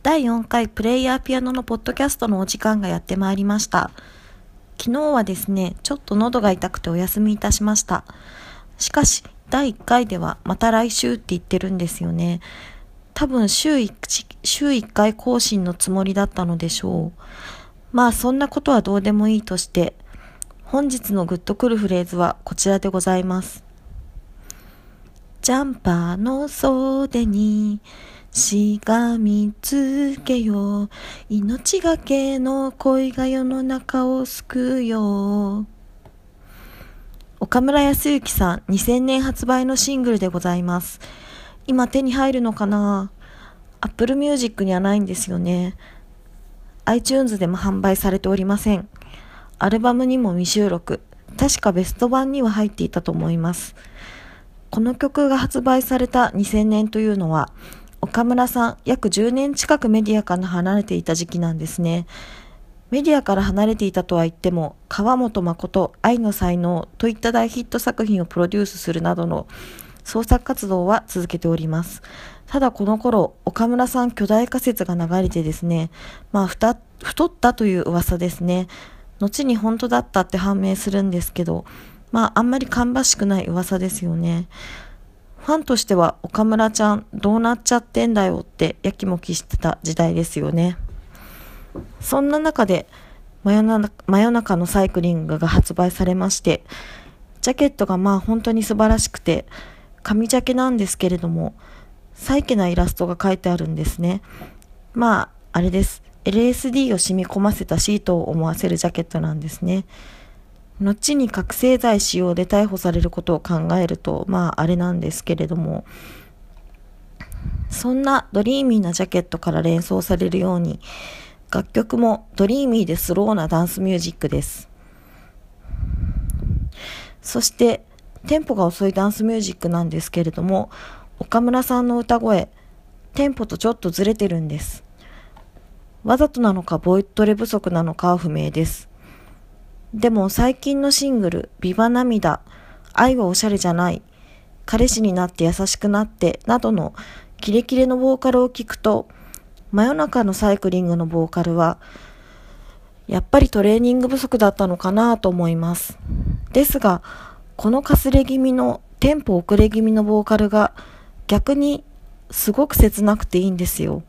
第4回プレイヤーピアノのポッドキャストのお時間がやってまいりました。昨日はですね、ちょっと喉が痛くてお休みいたしました。しかし、第1回ではまた来週って言ってるんですよね。多分週1回更新のつもりだったのでしょう。まあそんなことはどうでもいいとして、本日のグッとくるフレーズはこちらでございます。ジャンパーの袖にしがみつけよう、命がけの恋が世の中を救うよ。岡村康之さん2000年発売のシングルでございます。今手に入るのかな？ Apple Music にはないんですよね。iTunes でも販売されておりません。アルバムにも未収録、確かベスト版には入っていたと思います。この曲が発売された2000年というのは、岡村さん約10年近くメディアから離れていた時期なんですね。メディアから離れていたとは言っても、川本誠、愛の才能といった大ヒット作品をプロデュースするなどの創作活動は続けております。ただこの頃、岡村さん巨大化説が流れてですね、太ったという噂ですね。後に本当だったって判明するんですけど、あんまり芳しくない噂ですよね。ファンとしては岡村ちゃんどうなっちゃってんだよってやきもきしてた時代ですよね。そんな中で真夜中のサイクリングが発売されまして、ジャケットが本当に素晴らしくて、紙ジャケなんですけれども、サイケなイラストが書いてあるんですね。あれです。LSD を染み込ませたシートを思わせるジャケットなんですね。後に覚醒剤使用で逮捕されることを考えると、あれなんですけれども、そんなドリーミーなジャケットから連想されるように、楽曲もドリーミーでスローなダンスミュージックです。そしてテンポが遅いダンスミュージックなんですけれども、岡村さんの歌声、テンポとちょっとずれてるんです。わざとなのかボイトレ不足なのかは不明です。でも最近のシングル、ビバ涙、愛はおしゃれじゃない、彼氏になって優しくなってなどのキレキレのボーカルを聞くと、真夜中のサイクリングのボーカルはやっぱりトレーニング不足だったのかなと思います。ですが、このかすれ気味のテンポ遅れ気味のボーカルが逆にすごく切なくていいんですよ。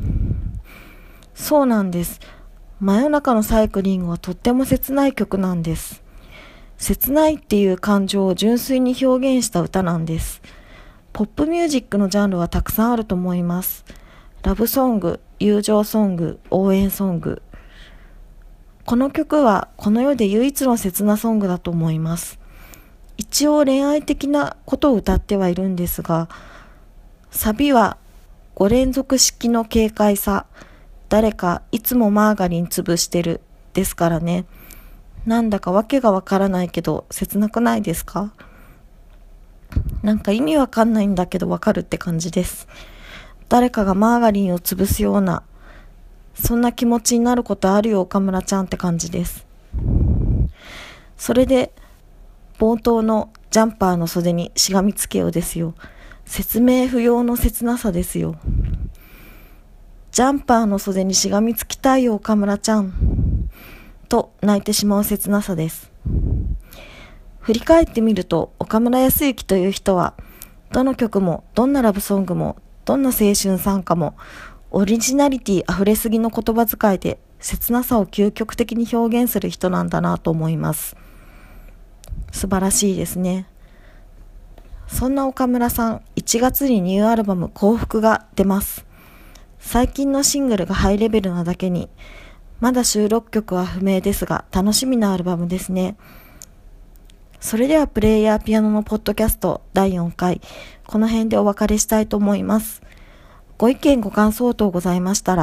そうなんです。真夜中のサイクリングはとっても切ない曲なんです。切ないっていう感情を純粋に表現した歌なんです。ポップミュージックのジャンルはたくさんあると思います。ラブソング、友情ソング、応援ソング。この曲はこの世で唯一の切なソングだと思います。一応恋愛的なことを歌ってはいるんですが、サビは5連続式の軽快さ、誰かいつもマーガリン潰してるですからね。なんだかわけがわからないけど切なくないですか？なんか意味わかんないんだけどわかるって感じです。誰かがマーガリンを潰すような、そんな気持ちになることあるよ岡村ちゃんって感じです。それで冒頭のジャンパーの袖にしがみつけよですよ。説明不要の切なさですよ。ジャンパーの袖にしがみつきたいよ岡村ちゃんと泣いてしまう切なさです。振り返ってみると、岡村康之という人はどの曲もどんなラブソングもどんな青春賛歌もオリジナリティあふれすぎの言葉遣いで切なさを究極的に表現する人なんだなと思います。素晴らしいですね。そんな岡村さん、1月にニューアルバム幸福が出ます。最近のシングルがハイレベルなだけに、まだ収録曲は不明ですが楽しみなアルバムですね。それではプレイヤーピアノのポッドキャスト第4回、この辺でお別れしたいと思います。ご意見ご感想等ございました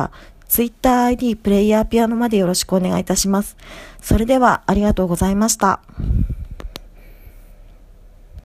ら、TwitterID プレイヤーピアノまでよろしくお願いいたします。それではありがとうございました。